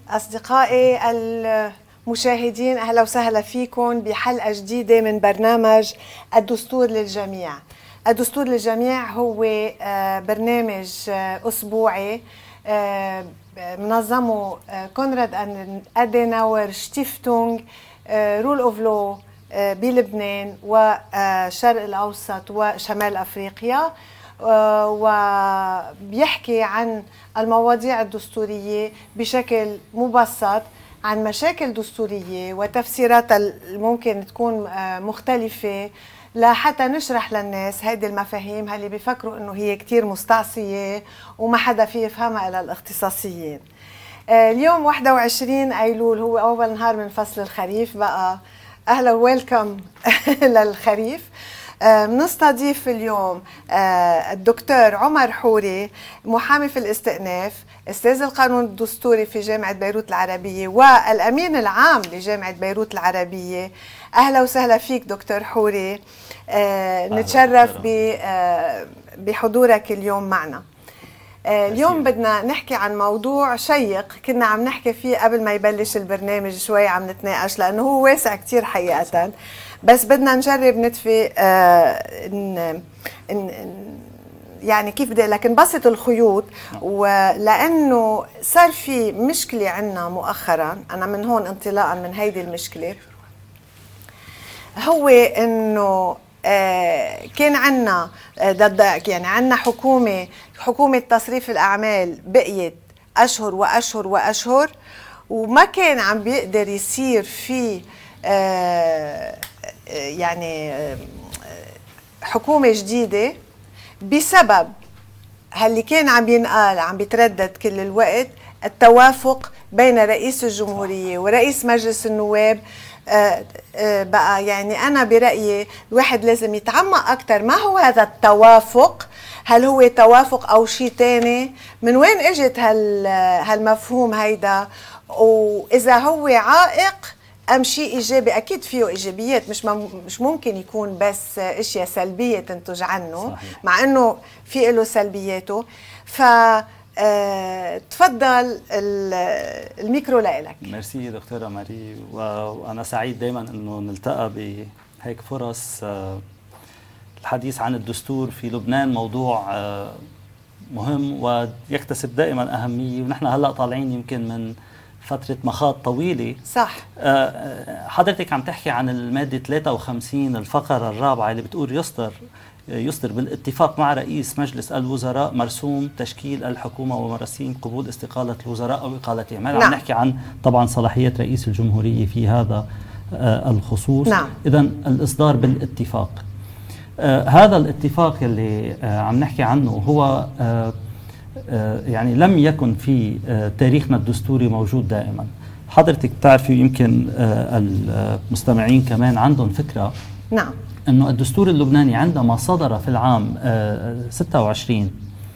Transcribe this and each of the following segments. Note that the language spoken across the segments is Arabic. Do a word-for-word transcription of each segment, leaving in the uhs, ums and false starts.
أصدقائي المشاهدين، أهلا وسهلا فيكم بحلقة جديدة من برنامج الدستور للجميع. الدستور للجميع هو برنامج أسبوعي منظمه كونراد أديناور شتيفتونغ رول أوف لو بلبنان والشرق الأوسط وشمال أفريقيا، وبيحكي عن المواضيع الدستورية بشكل مبسط، عن مشاكل دستورية وتفسيراتها الممكن تكون مختلفة، لحتى نشرح للناس هيدي المفاهيم اللي بيفكروا انه هي كتير مستعصية وما حدا فيه يفهمها الا الاختصاصيين. اليوم واحد وعشرين أيلول هو اول نهار من فصل الخريف. بقى اهلا ويلكم للخريف. بنستضيف اليوم الدكتور عمر حوري، محامي في الاستئناف، استاذ القانون الدستوري في جامعة بيروت العربية والأمين العام لجامعة بيروت العربية. أهلا وسهلا فيك دكتور حوري. نتشرف بحضورك اليوم معنا. اليوم بدنا نحكي عن موضوع شيق كنا عم نحكي فيه قبل ما يبلش البرنامج، شوي عم نتناقش لأنه هو واسع كتير حقيقة، بس بدنا نجرب نتفي آه ن ن يعني كيف بدي لك نبسط الخيوط، ولأنه صار في مشكلة عنا مؤخرا. أنا من هون انطلاقا من هيدي المشكلة هو إنه آه كان عنا آه يعني عنا حكومة حكومة تصريف الأعمال بقيت أشهر وأشهر وأشهر، وما كان عم بيقدر يصير في آه يعني حكومة جديدة بسبب هاللي كان عم ينقال عم بيتردد كل الوقت، التوافق بين رئيس الجمهورية ورئيس مجلس النواب. آه آه بقى يعني أنا برأيي الواحد لازم يتعمق أكتر، ما هو هذا التوافق؟ هل هو توافق أو شيء تاني؟ من وين اجت هال هالمفهوم هيدا؟ وإذا هو عائق أم شيء إيجابي؟ أكيد فيه إيجابيات، مش مش ممكن يكون بس أشياء سلبية تنتج عنه. صحيح. مع إنه في له سلبياته. ف أه تفضل الميكرو لإلك. ميرسي دكتورة ماري، وأنا سعيد دايما إنه نلتقى بهيك فرص. الحديث عن الدستور في لبنان موضوع مهم ويكتسب دائما أهمية، ونحن هلأ طالعين يمكن من فترة مخاض طويلة. صح. حضرتك عم تحكي عن المادة ثلاثة وخمسين الفقرة الرابعة اللي بتقول يصدر يصدر بالاتفاق مع رئيس مجلس الوزراء مرسوم تشكيل الحكومة ومراسيم قبول استقالة الوزراء أو إقالتهم. نعم. عم نحكي عن طبعا صلاحيات رئيس الجمهورية في هذا الخصوص. نعم. إذن الإصدار بالاتفاق، هذا الاتفاق اللي عم نحكي عنه هو يعني لم يكن في تاريخنا الدستوري موجود دائما. حضرتك بتعرفي، يمكن المستمعين كمان عندهم فكرة. نعم. أنه الدستور اللبناني عندما صدر في العام ستة وعشرين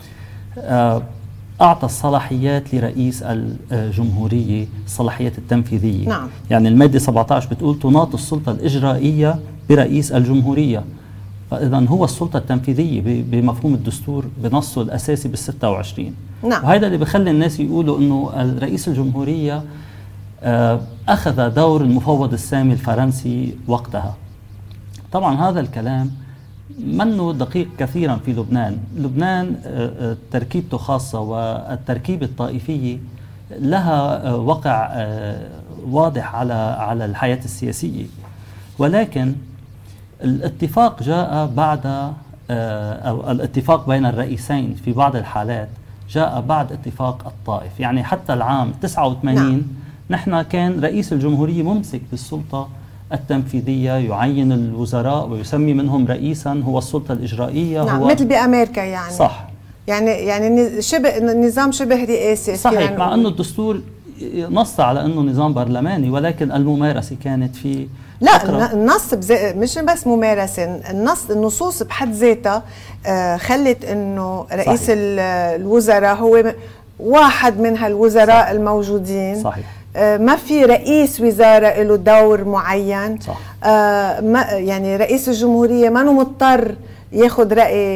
أعطى الصلاحيات لرئيس الجمهورية، الصلاحيات التنفيذية. نعم. يعني المادة سبعة عشر بتقول تناط السلطة الإجرائية برئيس الجمهورية، فإذا هو السلطة التنفيذية بمفهوم الدستور بنصه الأساسي بالستة وعشرين. نعم. وهذا اللي بخلي الناس يقولوا أنه رئيس الجمهورية أخذ دور المفوض السامي الفرنسي وقتها. طبعا هذا الكلام منه دقيق كثيرا في لبنان. لبنان تركيبته خاصة، والتركيبة الطائفية لها وقع واضح على على الحياة السياسية، ولكن الاتفاق جاء بعد أو الاتفاق بين الرئيسين في بعض الحالات جاء بعد اتفاق الطائف. يعني حتى العام تسعة وثمانين نعم. نحن كان رئيس الجمهورية ممسك بالسلطة التنفيذية، يعين الوزراء ويسمي منهم رئيسا، هو السلطة الإجرائية. نعم. هو مثل بأمريكا يعني. صح. يعني يعني شبه نظام شبه رئاسي. صحيح. مع أنه الدستور نص على أنه نظام برلماني، ولكن الممارسة كانت في لا النص مش بس ممارسة، النص النصوص بحد ذاتها آه خلت انه رئيس صحيح. الوزراء هو واحد من هالوزراء صح. الموجودين. صحيح. آه ما في رئيس وزارة له دور معين. صح. آه ما يعني رئيس الجمهورية ما مضطر ياخذ رأي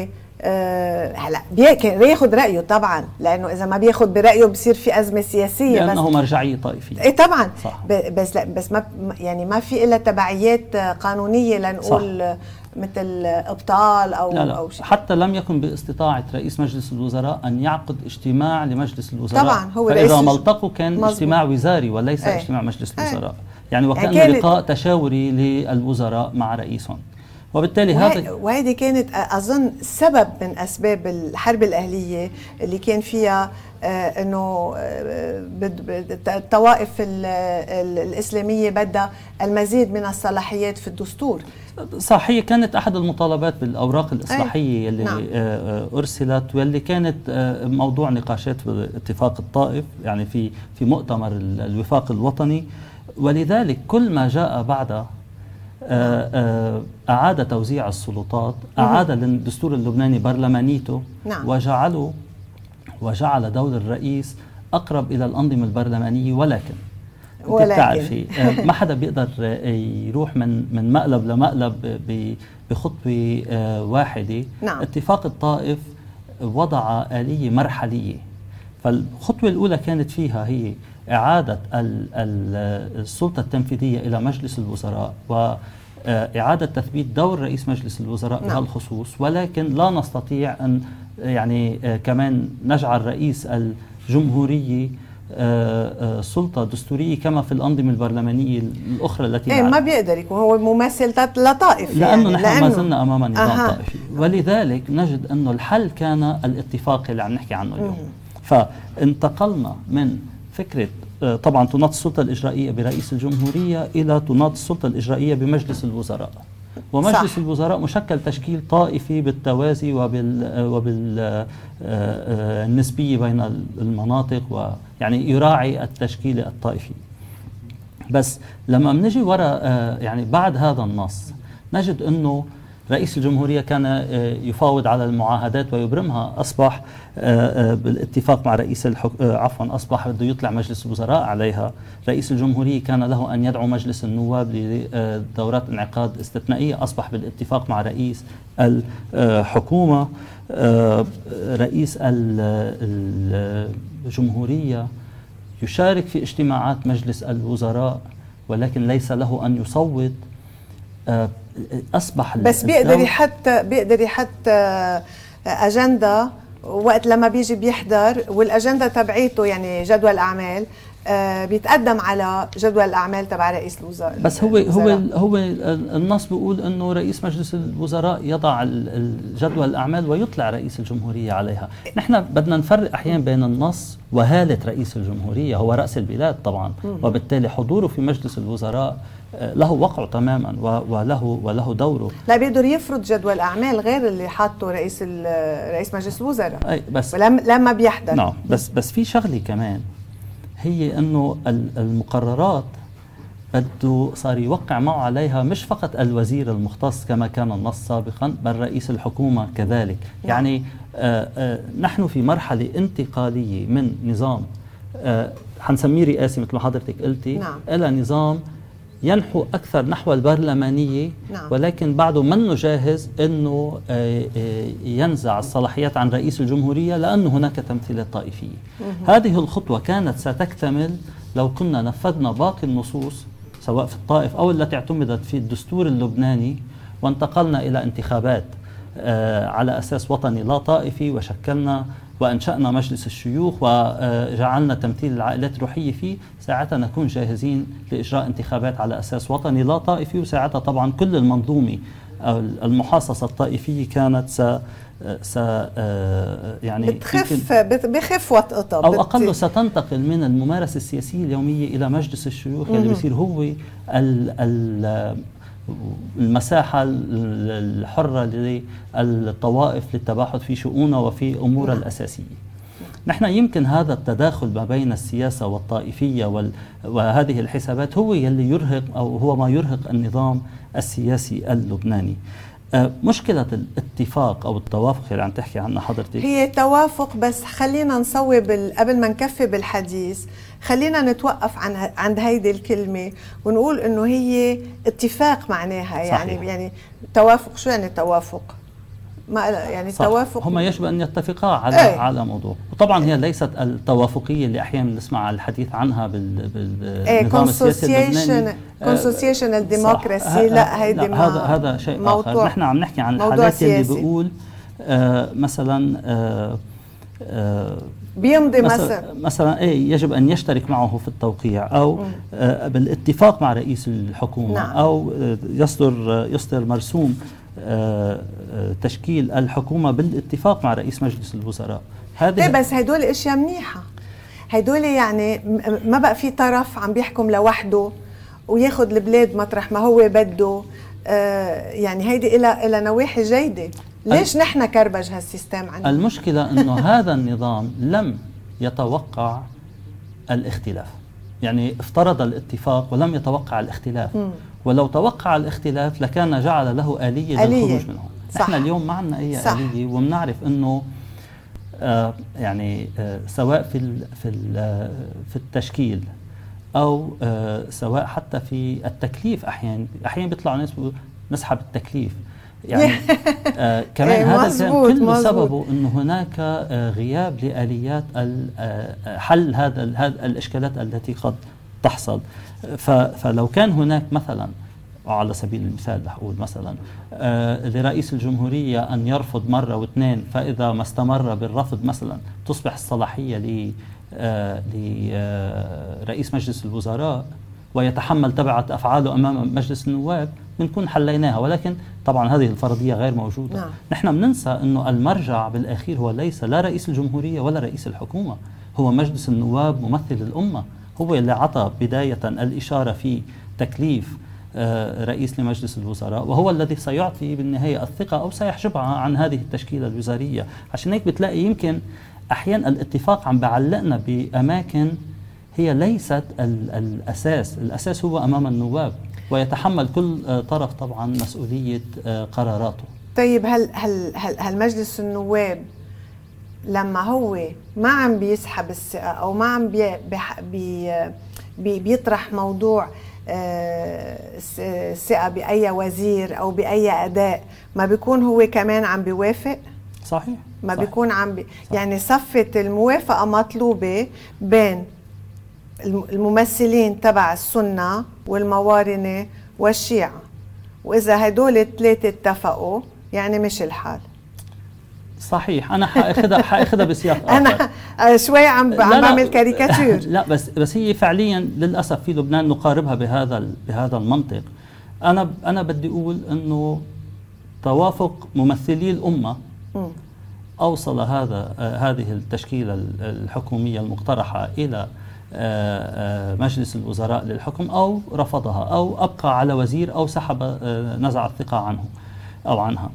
هلا بياخد رايه طبعا، لانه اذا ما بياخد برايه بصير في ازمه سياسيه، لانه مرجعيه طائفيه. ايه طبعا صح. بس لا بس ما يعني ما في الا تبعيات قانونيه لنقول صح. مثل ابطال او لا لا. او شيء. حتى لم يكن باستطاعه رئيس مجلس الوزراء ان يعقد اجتماع لمجلس الوزراء. طبعا هو فاذا ما التقوا كان مزبوط. اجتماع وزاري وليس ايه. اجتماع مجلس الوزراء. ايه. يعني يعني وكان يعني لقاء تشاوري للوزراء مع رئيسهم. وبالتالي هذا وهذه كانت اظن سبب من اسباب الحرب الاهليه اللي كان فيها آه انه آه الطوائف الاسلاميه بدها المزيد من الصلاحيات في الدستور. صح، هي كانت احد المطالبات بالاوراق الاصلاحيه اللي نعم. آه ارسلت، واللي كانت آه موضوع نقاشات في اتفاق الطائف، يعني في في مؤتمر الوفاق الوطني. ولذلك كل ما جاء بعد أعاد توزيع السلطات، أعاد للدستور اللبناني برلمانيته. نعم. وجعله وجعل دور الرئيس أقرب إلى الأنظمة البرلمانية. ولكن ولكن بتعرفي ما حدا بيقدر يروح من من مقلب لمقلب بخطوة واحدة. نعم. اتفاق الطائف وضع آلية مرحلية. فالخطوة الأولى كانت فيها هي إعادة السلطة التنفيذية إلى مجلس الوزراء وإعادة تثبيت دور رئيس مجلس الوزراء نعم. بهالخصوص. ولكن لا نستطيع أن يعني كمان نجعل رئيس الجمهورية سلطة دستورية كما في الأنظمة البرلمانية الأخرى التي إيه ما بيقدر يكون هو ممثل لطائفي، لأنه يعني نحن ما زلنا أمام نظام أه. طائفي. ولذلك نجد أنه الحل كان الاتفاق اللي عم نحكي عنه اليوم. فانتقلنا من فكرة طبعا تناط السلطة الإجرائية برئيس الجمهورية إلى تناط السلطة الإجرائية بمجلس الوزراء. ومجلس صح. الوزراء مشكل تشكيل طائفي بالتوازي وبال وبالنسبية بين المناطق، ويعني يراعي التشكيل الطائفي. بس لما بنجي وراء يعني بعد هذا النص نجد أنه رئيس الجمهورية كان يفاوض على المعاهدات ويبرمها، أصبح بالاتفاق مع رئيس الحك... عفوا أصبح بده يطلع مجلس الوزراء عليها. رئيس الجمهورية كان له أن يدعو مجلس النواب لدورات انعقاد استثنائية، أصبح بالاتفاق مع رئيس الحكومة. رئيس الجمهورية يشارك في اجتماعات مجلس الوزراء ولكن ليس له أن يصوت. أصبح بس بيقدر يحط بيقدر يحط أجندة وقت لما بيجي بيحضر، والأجندة تبعيته يعني جدول الأعمال بيتقدم على جدول الأعمال تبع رئيس الوزراء. بس هو هو هو النص بيقول إنه رئيس مجلس الوزراء يضع جدول الأعمال ويطلع رئيس الجمهورية عليها. نحن بدنا نفرق أحيانا بين النص وهالة رئيس الجمهورية. هو رأس البلاد طبعا، وبالتالي حضوره في مجلس الوزراء له وقعه تماما وله وله دوره. لا بيقدر يفرض جدول اعمال غير اللي حاطه رئيس رئيس مجلس الوزراء. اي بس لما بيحضر. نعم بس بس في شغله كمان، هي انه المقررات بده صار يوقع معه عليها مش فقط الوزير المختص كما كان النص سابقا، بل رئيس الحكومه كذلك. نعم. يعني آآ آآ نحن في مرحله انتقاليه من نظام حنسميه رئاسي مثل ما حضرتك قلتي. نعم. الى نظام ينحو أكثر نحو البرلمانية. نعم. ولكن بعده منه جاهز أنه ينزع الصلاحيات عن رئيس الجمهورية لأن هناك تمثيلات طائفية. هذه الخطوة كانت ستكتمل لو كنا نفذنا باقي النصوص سواء في الطائف أو التي اعتمدت في الدستور اللبناني، وانتقلنا إلى انتخابات على أساس وطني لا طائفي، وشكلنا وأنشأنا مجلس الشيوخ وجعلنا تمثيل العائلات الروحية فيه. ساعتها نكون جاهزين لإجراء انتخابات على أساس وطني لا طائفي، وساعتها طبعا كل المنظومة المحاصصة الطائفية كانت س س يعني بتخف بخف وطئتها أو أقل ستنتقل من الممارسة السياسية اليومية إلى مجلس الشيوخ اللي بيصير هو ال ال المساحة الحرة للطوائف للتباحث في شؤونها وفي أمورها الأساسية. نحن يمكن هذا التداخل ما بين السياسة والطائفية وهذه الحسابات هو يلي يرهق أو هو ما يرهق النظام السياسي اللبناني. مشكلة الاتفاق أو التوافق اللي عم تحكي عنها حضرتك هي توافق، بس خلينا نصوب قبل ما نكفي بالحديث، خلينا نتوقف عن عند هيدي الكلمة ونقول إنه هي اتفاق معناها. يعني صحيح. يعني توافق، شو يعني توافق؟ ما يعني التوافق هم يجب ان يتفقا على ايه؟ على موضوع. وطبعا هي ليست التوافقيه اللي احيانا نسمع الحديث عنها بال بالنظام ايه السياسي اللبناني، كونستيتيوشنال ديموكراسي. لا هيدي لا هذا هذا شيء اخر. نحن عم نحكي عن الحالات اللي بيقول آه مثلا آه آه بيمضي مثلا مثلا ايه يجب ان يشترك معه في التوقيع او آه بالاتفاق مع رئيس الحكومه. نعم. او آه يصدر يصدر مرسوم آه آه تشكيل الحكومه بالاتفاق مع رئيس مجلس الوزراء. هذه بس هدول اشياء منيحه، هدول يعني ما بقى في طرف عم بيحكم لوحده وياخذ البلاد مطرح ما هو بده. آه يعني هيدي إلى إلى نواحي جيدة. ليش نحن كربج هالسيستم عندنا؟ المشكلة انه هذا النظام لم يتوقع الاختلاف، يعني افترض الاتفاق ولم يتوقع الاختلاف. م. ولو توقع الاختلاف لكان جعل له آلية, آلية. للخروج منه. صح. نحن اليوم ما عندنا اي صح. آلية، وبنعرف انه آه يعني آه سواء في ال في ال في التشكيل او آه سواء حتى في التكليف، احيانا احيانا بيطلعوا ناس نسحب التكليف يعني آه كمان هذا الكلام كله مزبوط. سببه انه هناك آه غياب لآليات آه حل هذا الاشكالات التي قد تحصل. فلو كان هناك مثلا، على سبيل المثال رح اقول مثلا آه لرئيس الجمهورية ان يرفض مرة واثنين، فاذا ما استمر بالرفض مثلا تصبح الصلاحية ل آه لرئيس مجلس الوزراء ويتحمل تبعة أفعاله أمام مجلس النواب، بنكون حليناها. ولكن طبعا هذه الفرضية غير موجودة. نعم. نحن بننسى أنه المرجع بالأخير هو ليس لا رئيس الجمهورية ولا رئيس الحكومة، هو مجلس النواب ممثل الأمة، هو اللي عطى بداية الإشارة في تكليف رئيس لمجلس الوزراء، وهو الذي سيعطي بالنهاية الثقة أو سيحجبها عن هذه التشكيلة الوزارية. عشان هيك بتلاقي يمكن أحيانا الاتفاق عم بعلقنا بأماكن هي ليست الأساس. الأساس هو أمام النواب، ويتحمل كل طرف طبعا مسؤولية قراراته. طيب هل هل هل, هل مجلس النواب لما هو ما عم بيسحب الثقة أو ما عم بي بي بي بيطرح موضوع الثقة بأي وزير أو بأي أداء، ما بيكون هو كمان عم بيوافق؟ صحيح. ما صحيح. بيكون عم بي يعني صفة الموافقة مطلوبة بين الممثلين تبع السنة والموارنة والشيعة، وإذا هدول الثلاثة اتفقوا يعني مش الحال. صحيح. أنا حأخذها حأخذها بسياق آخر. أنا شوي عم عم بعمل كاريكاتير. لا بس بس هي فعليا للأسف في لبنان نقاربها بهذا بهذا المنطق. أنا أنا بدي أقول إنه توافق ممثلي الأمة م. أوصل هذا هذه التشكيلة الحكومية المقترحة إلى مجلس الوزراء للحكم، أو رفضها أو أبقى على وزير أو سحب نزع الثقة عنه أو عنها.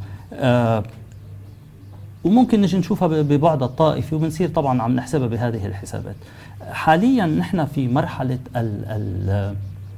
وممكن نجي نشوفها ببعد الطائفي، وبنصير طبعا عم نحسبها بهذه الحسابات. حاليا نحن في مرحلة ال ال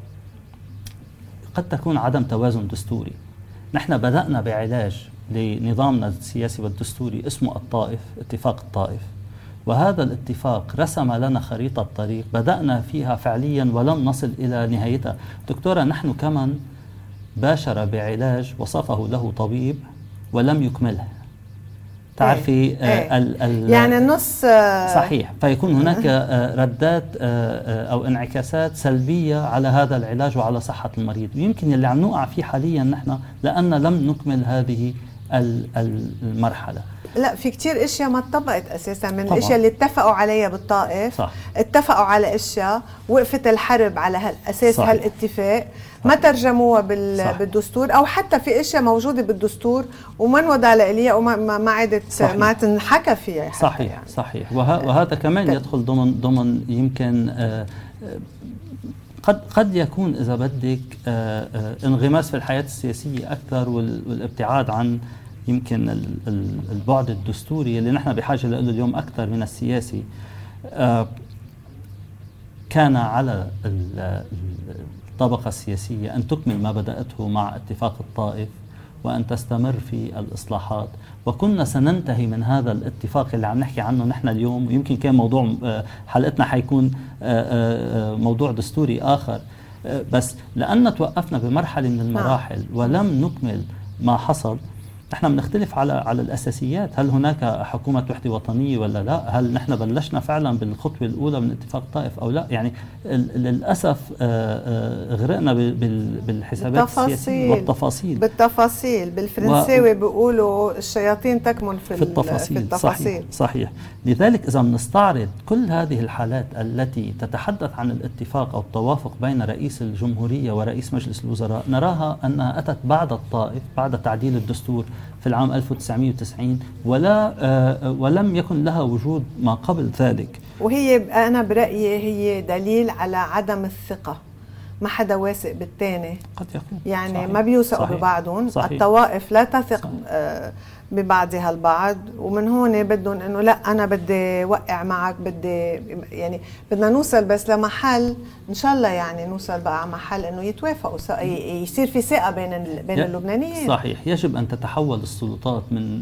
قد تكون عدم توازن دستوري. نحن بدأنا بعلاج لنظامنا السياسي والدستوري اسمه الطائف، اتفاق الطائف، وهذا الاتفاق رسم لنا خريطة طريق بدأنا فيها فعليا ولم نصل إلى نهايتها. دكتورة، نحن كمن باشر بعلاج وصفه له طبيب ولم يكمله. تعرفي ايه ايه ال ال يعني النص صحيح، فيكون هناك ردات أو انعكاسات سلبية على هذا العلاج وعلى صحة المريض. ويمكن اللي عم نوقع فيه حاليا نحن لأن لم نكمل هذه المرحلة. لا، في كتير اشياء ما اتطبقت اساسا من طبعا. الاشياء اللي اتفقوا عليها بالطائف. صح. اتفقوا على اشياء، وقفت الحرب على هالاساس. صحيح. هالاتفاق ما ترجموها بالدستور، او حتى في اشياء موجوده بالدستور وما انوضع لها وما ما عادت ما تنحكى فيها. صحيح يعني. صحيح. وه وهذا كمان طيب. يدخل ضمن ضمن يمكن آه قد قد يكون اذا بدك آه آه انغماس في الحياه السياسيه اكثر، والابتعاد عن يمكن البعد الدستوري اللي نحن بحاجة له اليوم أكثر من السياسي. آه كان على الطبقة السياسية أن تكمل ما بدأته مع اتفاق الطائف وأن تستمر في الإصلاحات، وكنا سننتهي من هذا الاتفاق اللي عم نحكي عنه نحن اليوم. ويمكن كان موضوع حلقتنا حيكون موضوع دستوري آخر، بس لأن توقفنا بمرحلة من المراحل ولم نكمل ما حصل، نحن بنختلف على على الاساسيات، هل هناك حكومه وحده وطنيه ولا لا؟ هل نحن بلشنا فعلا بالخطوه الاولى من اتفاق طائف او لا؟ يعني للاسف غرقنا بالحسابات السياسيه والتفاصيل بالتفاصيل بالفرنساوي و... بيقولوا الشياطين تكمن في, في التفاصيل, في التفاصيل. صحيح, صحيح. لذلك اذا بنستعرض كل هذه الحالات التي تتحدث عن الاتفاق او التوافق بين رئيس الجمهوريه ورئيس مجلس الوزراء، نراها انها اتت بعد الطائف، بعد تعديل الدستور في العام ألف وتسعمئة وتسعين، ولا آه ولم يكن لها وجود ما قبل ذلك. وهي أنا برأيي هي دليل على عدم الثقة، ما حدا واثق بالثاني، قد يكون يعني صحيح. ما بيوثقوا صحيح. ببعضهم. صحيح. الطوائف لا تثق آه ببعضها البعض، ومن هون بدهم انه لا انا بدي وقع معك، بدي يعني بدنا نوصل بس لمحل ان شاء الله، يعني نوصل بقى على محل انه يتوافقوا، يصير في ثقه بين بين اللبنانيين. صحيح. يجب ان تتحول السلطات من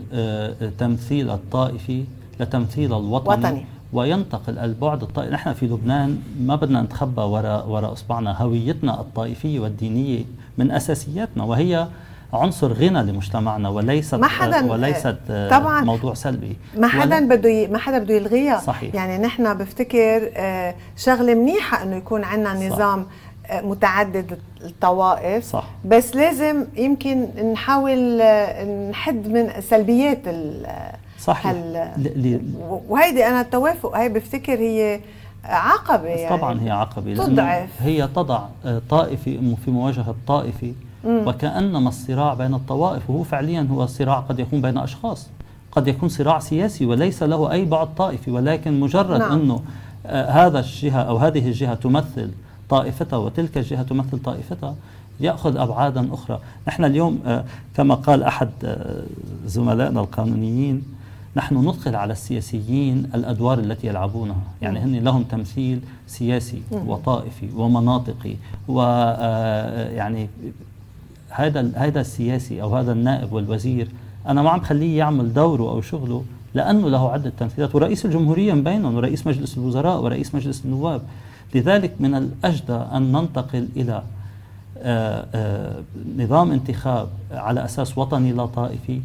تمثيل الطائفي لتمثيل الوطني وطني. وينتقل البعد الطائفي. نحن في لبنان ما بدنا نتخبى وراء وراء اصبعنا، هويتنا الطائفيه والدينيه من اساسياتنا، وهي عنصر غنى لمجتمعنا وليست ما حدا وليست طبعا موضوع سلبي. ما حدا بده ما حدا بده يلغيها. صحيح. يعني نحن بفتكر شغله منيحه انه يكون عندنا نظام صح. متعدد الطوائف. صح. بس لازم يمكن نحاول نحد من سلبيات صحيح. هال... وهيدي انا التوافق هي بفتكر هي عقبه، يعني طبعا هي عقبه تضعف، هي تضع طائفي في مواجهه طائفي، وكأنما الصراع بين الطوائف، وهو فعليا هو صراع قد يكون بين أشخاص، قد يكون صراع سياسي وليس له أي بعد طائفي، ولكن مجرد نعم. أنه آه هذا الجهة أو هذه الجهة تمثل طائفتها وتلك الجهة تمثل طائفتها، يأخذ أبعادا أخرى. نحن اليوم آه كما قال أحد آه زملائنا القانونيين، نحن ندخل على السياسيين الأدوار التي يلعبونها، يعني هن لهم تمثيل سياسي وطائفي ومناطقي، ويعني هذا هذا السياسي او هذا النائب والوزير انا ما عم خليه يعمل دوره او شغله، لانه له عده تمثيلات، ورئيس الجمهوريه من بينهم، ورئيس مجلس الوزراء، ورئيس مجلس النواب. لذلك من الاجدى ان ننتقل الى آآ آآ نظام انتخاب على اساس وطني لا طائفي،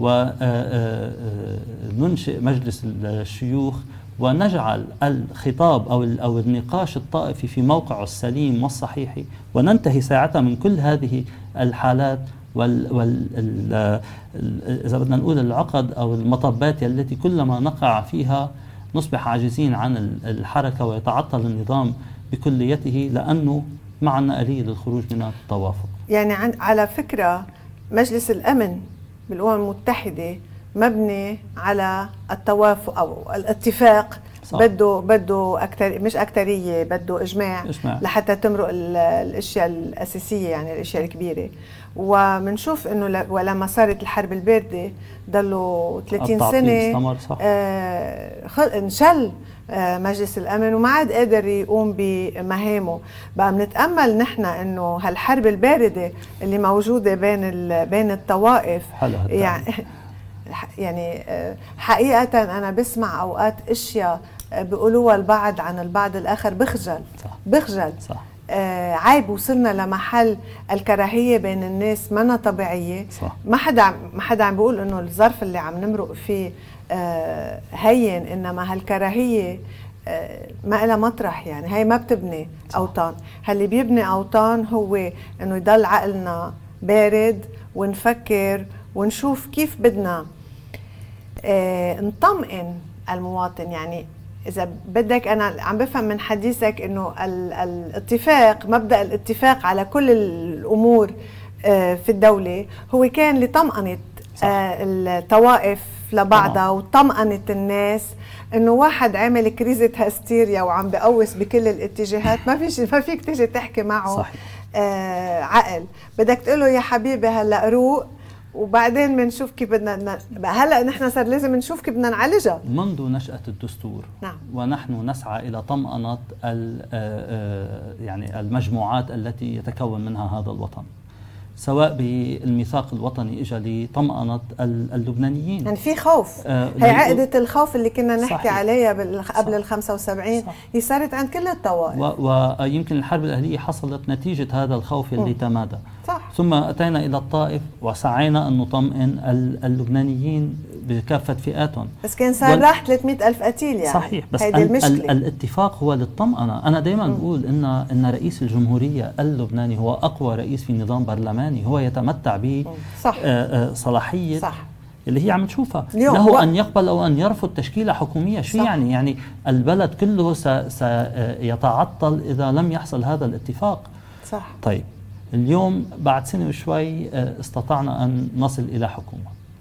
وننشئ مجلس الشيوخ ونجعل الخطاب او او النقاش الطائفي في موقعه السليم والصحيح، وننتهي ساعتها من كل هذه الحالات وال, وال ال اذا بدنا نقول العقد او المطبات التي كلما نقع فيها نصبح عاجزين عن الحركه ويتعطل النظام بكليته، لانه ما عندنا آلية للخروج من التوافق. يعني عن على فكره مجلس الامن بالامم المتحده مبني على التوافق او الاتفاق. صح. بده بده اكتر مش اكتريه، بده اجماع, إجماع. لحتى تمرق الاشياء الاساسيه، يعني الاشياء الكبيره. وبنشوف انه ولما صارت الحرب البارده ضلوا ثلاثين سنه آه انشل آه مجلس الامن وما عاد قادر يقوم بمهامه. بقى بنتامل نحن انه هالحرب البارده اللي موجوده بين بين الطوائف يعني يعني حقيقة أنا بسمع أوقات أشياء بيقولوها البعض عن البعض الآخر بخجل. صح. بخجل. صح. آه عيب وصلنا لمحل الكراهية بين الناس منا طبيعية. صح. ما حدا ما حدا عم بيقول إنه الظرف اللي عم نمرق فيه آه هين، إنما هالكراهية آه ما إلها مطرح، يعني هي ما بتبني صح. أوطان. هاللي بيبني أوطان هو إنه يضل عقلنا بارد ونفكر ونشوف كيف بدنا آه نطمئن المواطن. يعني إذا بدك أنا عم بفهم من حديثك إنه الاتفاق، مبدأ الاتفاق على كل الأمور آه في الدولة هو كان لطمأنة آه الطوائف لبعضها وطمأنة الناس، إنه واحد عامل كريزة هستيريا وعم بقوس بكل الاتجاهات ما فيش ما فيك تيجي تحكي معه. صحيح. آه عقل، بدك تقوله يا حبيبي هلا روق وبعدين بنشوف كيف بدنا. هلا نحن صار لازم نشوف كيف بدنا نعالجها. منذ نشأة الدستور نعم. ونحن نسعى إلى طمأنة يعني المجموعات التي يتكون منها هذا الوطن، سواء بالميثاق الوطني اجى لطمأنة اللبنانيين. يعني في خوف. آه هي عقدة الخوف اللي كنا نحكي صحيح. عليها قبل ال خمسة وسبعين هي صارت عند كل الطوائف، ويمكن الحرب الأهلية حصلت نتيجة هذا الخوف اللي م. تمادى. صح. ثم أتينا إلى الطائف وسعينا أن نطمئن اللبنانيين بكافة فئاتهم. بس كان صار وال... راح ثلاثمئة ألف قتيل يعني. صحيح، بس هيدي المشكلة. ال... الاتفاق هو للطمأنة. أنا دائما بقول إن إن رئيس الجمهورية اللبناني هو أقوى رئيس في نظام برلماني، هو يتمتع بصلاحية اللي هي عم تشوفها، له أن يقبل أو أن يرفض تشكيلة حكومية. شو صح. يعني يعني البلد كله سيتعطل إذا لم يحصل هذا الاتفاق. صح. طيب اليوم بعد سنة وشوي استطعنا أن نصل إلى حكومة،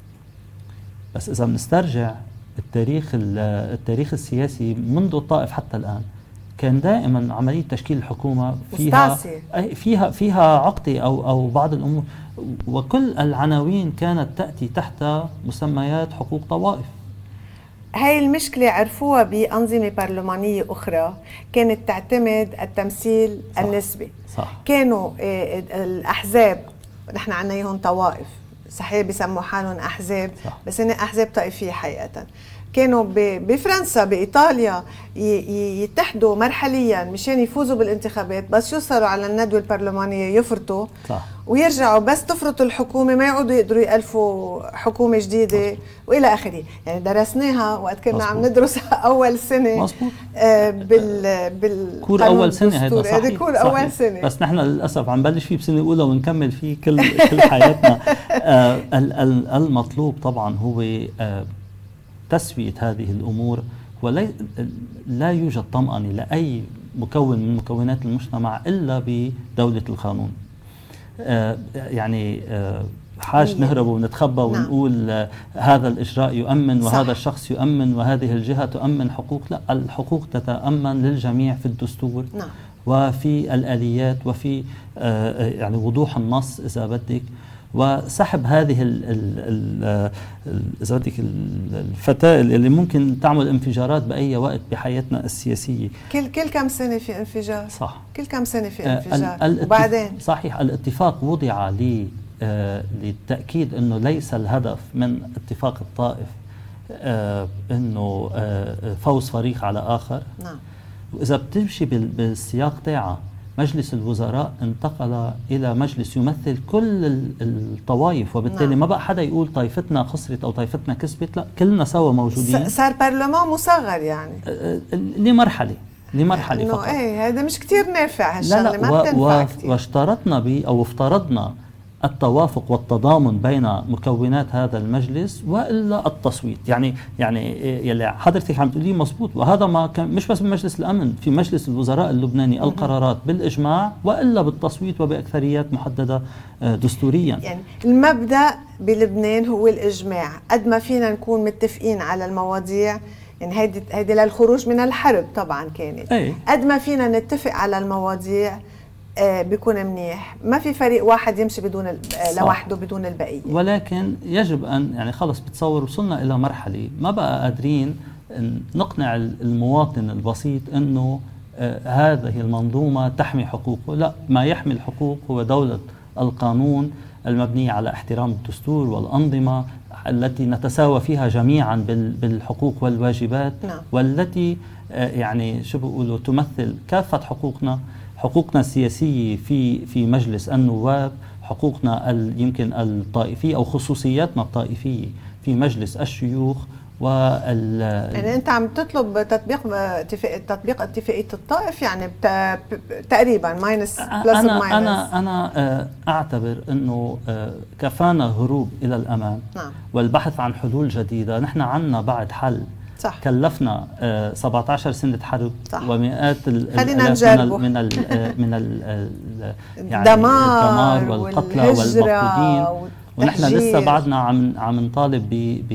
بس إذا بنسترجع التاريخ التاريخ السياسي منذ الطائف حتى الآن، كان دائما عملية تشكيل الحكومة فيها فيها فيها عقدة أو أو بعض الأمور، وكل العناوين كانت تأتي تحت مسميات حقوق طوائف. هاي المشكلة عرفوها بأنظمة برلمانية أخرى كانت تعتمد التمثيل صح. النسبي. صح. كانوا الأحزاب، نحن عنا اياهم طوائف، صحيح بيسموا حالهم أحزاب صح. بس هن أحزاب طائفية حقيقة. كانوا بفرنسا بإيطاليا يتحدوا مرحليا مشان يفوزوا بالانتخابات، بس يوصلوا على الندوة البرلمانية يفرطوا صح. ويرجعوا بس تفرطوا الحكومة ما يعودوا يقدروا يألفوا حكومة جديدة مصبوط. وإلى آخره. يعني درسناها وقت كنا مصبوط. عم ندرس أول سنة آه بال بالقانون أول سنة هذا صحيح. كور أول سنة، بس نحن للأسف عم بلش فيه بسنة أولى ونكمل فيه كل كل حياتنا. آه المطلوب طبعا هو آه تسوية هذه الأمور، ولا لا يوجد طمأنة لأي مكون من مكونات المجتمع إلا بدولة القانون. آه يعني آه حاج نهرب ونتخبى ونقول آه هذا الإجراء يؤمن وهذا صح. الشخص يؤمن وهذه الجهة تؤمن حقوق. لا، الحقوق تتأمن للجميع في الدستور نعم. وفي الآليات وفي آه يعني وضوح النص إذا بدك، وسحب هذه إذا بدك الفتائل اللي ممكن تعمل انفجارات بأي وقت بحياتنا السياسية. كل كل كم سنة في انفجار. صح. كل كم سنة في انفجار. ال وبعدين صحيح الاتفاق وضع لي آه للتأكيد أنه ليس الهدف من اتفاق الطائف آه أنه آه فوز فريق على آخر. نعم. وإذا بتمشي بالسياق تاعه، مجلس الوزراء انتقل إلى مجلس يمثل كل الطوائف، وبالتالي نعم. ما بقى حدا يقول طائفتنا خسرت أو طائفتنا كسبت، لا كلنا سوا موجودين. صار برلمان مصغر يعني لمرحلة لمرحلة فقط. ايه هذا مش كتير نافع هالشغله، ما بتنفع كتير. واشترطنا ب أو افترضنا التوافق والتضامن بين مكونات هذا المجلس والا التصويت. يعني يعني يلي حضرتك عم تقوليه مزبوط، وهذا ما كان مش بس بمجلس الامن، في مجلس الوزراء اللبناني القرارات بالاجماع والا بالتصويت وباكثريات محدده دستوريا. يعني المبدا بلبنان هو الاجماع، قد ما فينا نكون متفقين على المواضيع، يعني هيدي هيدي للخروج من الحرب طبعا كانت أي. قد ما فينا نتفق على المواضيع آه بيكون منيح، ما في فريق واحد يمشي بدون لوحده بدون البقيه. ولكن يجب ان يعني خلص بتصور وصلنا الى مرحله ما بقى قادرين نقنع المواطن البسيط انه آه هذه المنظومه تحمي حقوقه. لا، ما يحمي الحقوق هو دوله القانون المبنيه على احترام الدستور والانظمه التي نتساوى فيها جميعا بالحقوق والواجبات. نعم. والتي آه يعني شو بيقولوا تمثل كافه حقوقنا، حقوقنا السياسية في في مجلس النواب، حقوقنا يمكن الطائفية أو خصوصياتنا الطائفية في مجلس الشيوخ. وال يعني أنت عم تطلب تطبيق اتفاق تطبيق اتفاقية الطائف، يعني تقريبا ماينس بلس أنا ماينس. أنا أنا أعتبر إنه كفانا هروب إلى الأمام. نعم. والبحث عن حلول جديدة. نحن عنا بعد حل. صح. كلفنا آه سبعة عشر سنة حرب. صح. ومئات الالاف من ال من ال يعني الدمار والقتلى والمفقودين، ونحن لسه بعدنا عم عم نطالب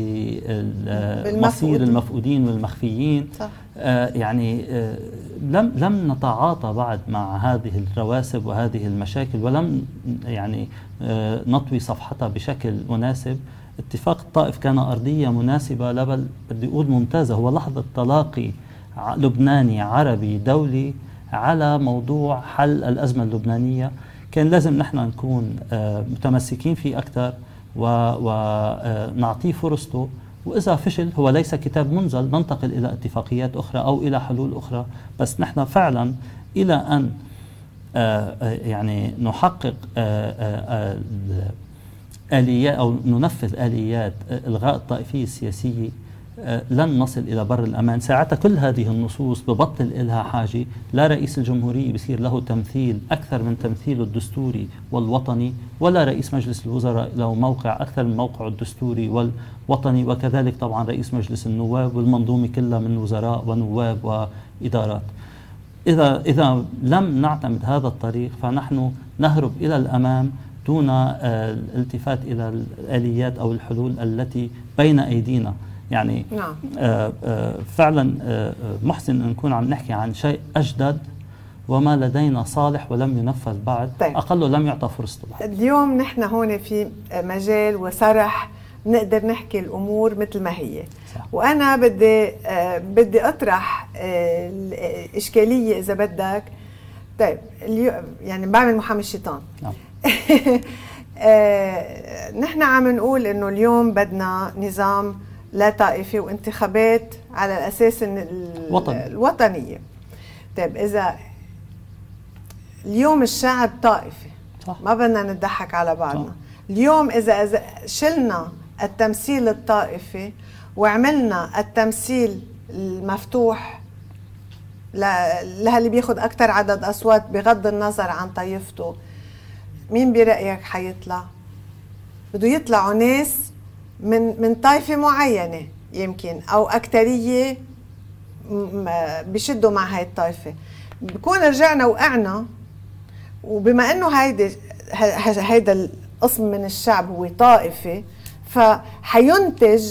بمصير المفقودين والمخفيين. صح. آه يعني آه لم لم نتعاطى بعد مع هذه الرواسب وهذه المشاكل، ولم يعني آه نطوي صفحتها بشكل مناسب. اتفاق الطائف كان أرضية مناسبة، لا بل بدي أقول ممتازة. هو لحظة تلاقي لبناني عربي دولي على موضوع حل الأزمة اللبنانية. كان لازم نحن نكون متمسكين فيه أكثر ونعطيه فرصته، وإذا فشل هو ليس كتاب منزل، ننتقل إلى اتفاقيات أخرى أو إلى حلول أخرى. بس نحن فعلا إلى أن يعني نحقق آليات أو ننفذ آليات إلغاء الطائفية السياسية لن نصل إلى بر الأمان. ساعتها كل هذه النصوص ببطل إلها حاجة، لا رئيس الجمهورية بصير له تمثيل أكثر من تمثيله الدستوري والوطني، ولا رئيس مجلس الوزراء له موقع أكثر من موقعه الدستوري والوطني، وكذلك طبعا رئيس مجلس النواب والمنظومة كلها من وزراء ونواب وإدارات. إذا إذا لم نعتمد هذا الطريق فنحن نهرب إلى الأمام دون الالتفات إلى الآليات أو الحلول التي بين أيدينا. يعني نعم. آآ آآ فعلا آآ محسن أن نكون عم نحكي عن شيء أجدد وما لدينا صالح ولم ينفذ بعد. طيب. أقله لم يعطى فرصته بعد. اليوم نحن هون في مجال وسرح نقدر نحكي الأمور مثل ما هي. صح. وأنا بدي بدي أطرح الإشكالية إذا بدك. طيب اليوم يعني بعمل محامي الشيطان. نعم. نحن عم نقول إنه اليوم بدنا نظام لا طائفي وانتخابات على الأساس وطن. الوطنية. طيب إذا اليوم الشعب طائفي، صح. ما بدنا نضحك على بعضنا. صح. اليوم إذا, إذا شلنا التمثيل الطائفي وعملنا التمثيل المفتوح للي بياخد أكتر عدد أصوات بغض النظر عن طائفته، مين برأيك حيطلع؟ بده يطلعوا ناس من من طائفة معينة يمكن أو أكترية بيشدوا مع هاي الطائفة. بكون رجعنا وقعنا، وبما إنه هيدا هيدا القسم من الشعب هو طائفة، فحينتج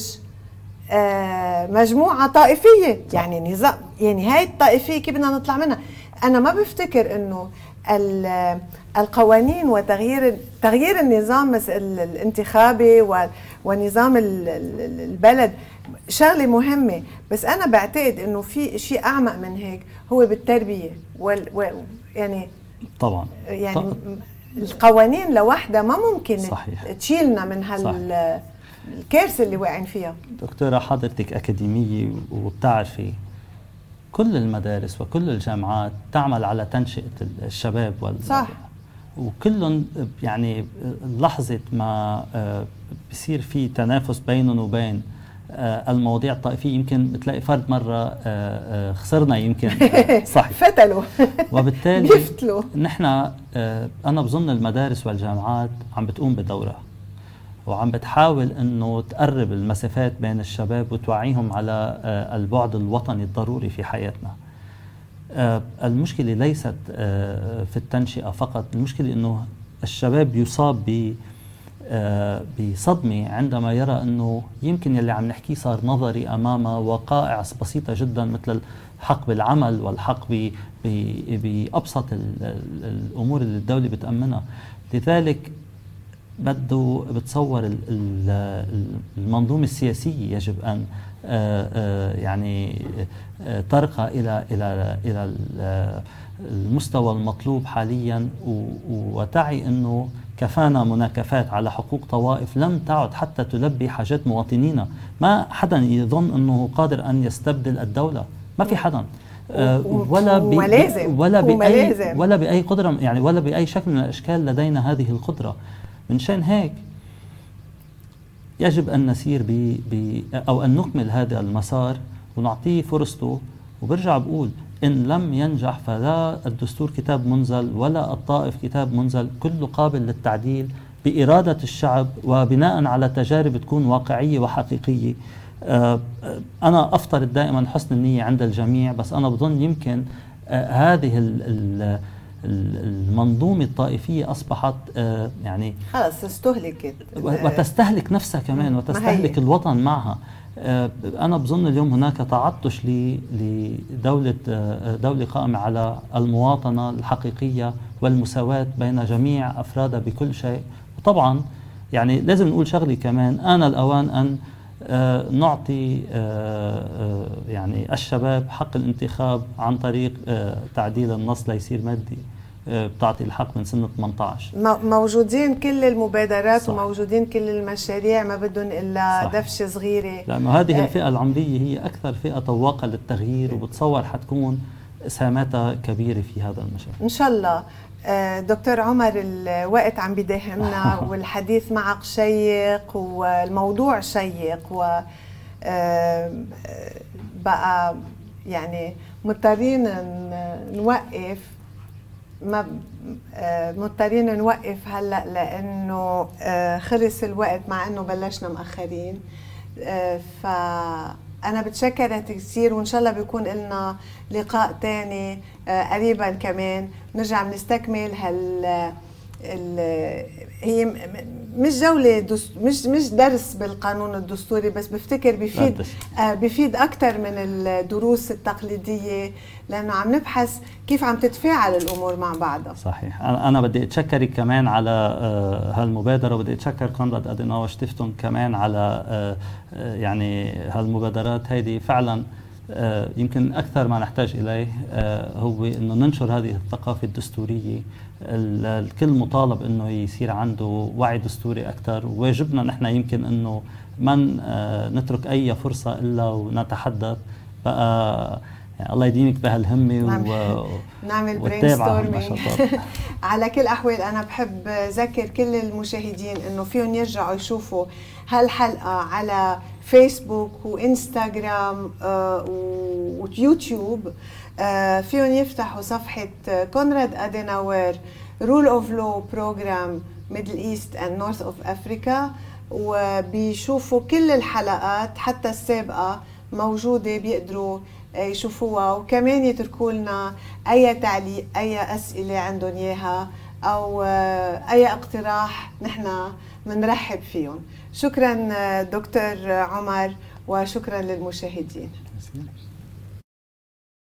مجموعة طائفية. يعني نظام، يعني هاي الطائفية كيف بدنا نطلع منها؟ أنا ما بفتكر إنه القوانين وتغيير تغيير النظام الانتخابي ونظام البلد شغلة مهمة، بس أنا بعتقد إنه في شيء أعمق من هيك، هو بالتربية وال يعني طبعا يعني طبعا. القوانين لوحدها ما ممكن صحيح. تشيلنا من هالكارثة اللي واقعين فيها. دكتورة حضرتك أكاديمية وبتعرفي كل المدارس وكل الجامعات تعمل على تنشئة الشباب وال صح. وكلهم يعني لحظة ما بصير في تنافس بينهم وبين المواضيع الطائفية يمكن بتلاقي فرد مرة خسرنا يمكن صحيح فتلوا وبالتالي بيفتلوا. نحن أنا بظن المدارس والجامعات عم بتقوم بدورها وعم بتحاول انه تقرب المسافات بين الشباب وتوعيهم على البعد الوطني الضروري في حياتنا. المشكلة ليست في التنشئة فقط، المشكلة انه الشباب يصاب ب بصدمة عندما يرى انه يمكن يلي عم نحكيه صار نظري امامه وقائع بسيطة جدا مثل الحق بالعمل والحق بأبسط الامور اللي الدولة بتأمنها. لذلك بده بتصور المنظومة السياسية يجب أن يعني ترقى إلى إلى إلى المستوى المطلوب حاليا وتعي أنه كفانا مناكفات على حقوق طوائف لم تعد حتى تلبي حاجات مواطنينا. ما حدا يظن أنه قادر أن يستبدل الدولة، ما في حدا ولا ولا بأي ولا بأي قدرة يعني ولا بأي شكل من الأشكال لدينا هذه القدرة. من شان هيك يجب أن نسير ب ب أو أن نكمل هذا المسار ونعطيه فرصته. وبرجع بقول إن لم ينجح فلا الدستور كتاب منزل ولا الطائف كتاب منزل، كله قابل للتعديل بإرادة الشعب وبناء على تجارب تكون واقعية وحقيقية. أنا أفترض دائما حسن النية عند الجميع، بس أنا بظن يمكن هذه ال ال المنظومة الطائفية أصبحت آه يعني خلص استهلكت وتستهلك نفسها كمان وتستهلك الوطن معها. آه أنا بظن اليوم هناك تعطش لدولة آه دولة قائمة على المواطنة الحقيقية والمساواة بين جميع أفرادها بكل شيء. وطبعا يعني لازم نقول شغلي كمان، آن الأوان أن آه نعطي آه آه يعني الشباب حق الانتخاب عن طريق آه تعديل النص ليصير مادي آه بتعطي الحق من سنة ثمانية عشر. موجودين كل المبادرات صح. وموجودين كل المشاريع، ما بدهم إلا صح. دفشة صغيرة، لأنه هذه آه الفئة العمرية هي أكثر فئة طواقة للتغيير وبتصور حتكون إسهاماتها كبيرة في هذا المجال. إن شاء الله. دكتور عمر، الوقت عم بيداهمنا والحديث معك شيق والموضوع شيق، و بقى يعني مضطرين نوقف ما مضطرين نوقف هلا لانه خلص الوقت مع انه بلشنا مأخرين. فأنا بتشكرك كثير، وإن شاء الله بيكون لنا لقاء تاني قريبا كمان نرجع بنستكمل هال ال... هي مش جولة دس... مش مش درس بالقانون الدستوري بس، بفتكر بفيد آه بفيد أكثر من الدروس التقليدية، لأنه عم نبحث كيف عم تتفاعل الأمور مع بعضها. صحيح. أنا أنا بدي أتشكرك كمان على آه هالمبادرة، وبدي أتشكر كونراد أديناور شتيفتون كمان على آه يعني هالمبادرات هيدي. فعلا آه يمكن أكثر ما نحتاج إليه آه هو إنه ننشر هذه الثقافة الدستورية. الكل مطالب إنه يصير عنده وعي دستوري أكثر، وواجبنا نحن يمكن إنه ما آه نترك أي فرصة إلا ونتحدث. بقى يعني الله يديمك بهالهمة و... نعمل برين ستورمينج. على كل أحوال أنا بحب ذكر كل المشاهدين إنه فيهم يرجعوا يشوفوا هالحلقة على فيسبوك وإنستغرام آه ويوتيوب. آه فيهم يفتحوا صفحة كونراد أديناور Rule of Law Program Middle East and North of Africa، وبيشوفوا كل الحلقات حتى السابقة موجودة، بيقدروا يشوفوها، وكمان يتركوا لنا أي تعليق، أي أسئلة عندهم إياها، أو أي اقتراح نحن منرحب فيهم. شكرا دكتور عمر، وشكرا للمشاهدين.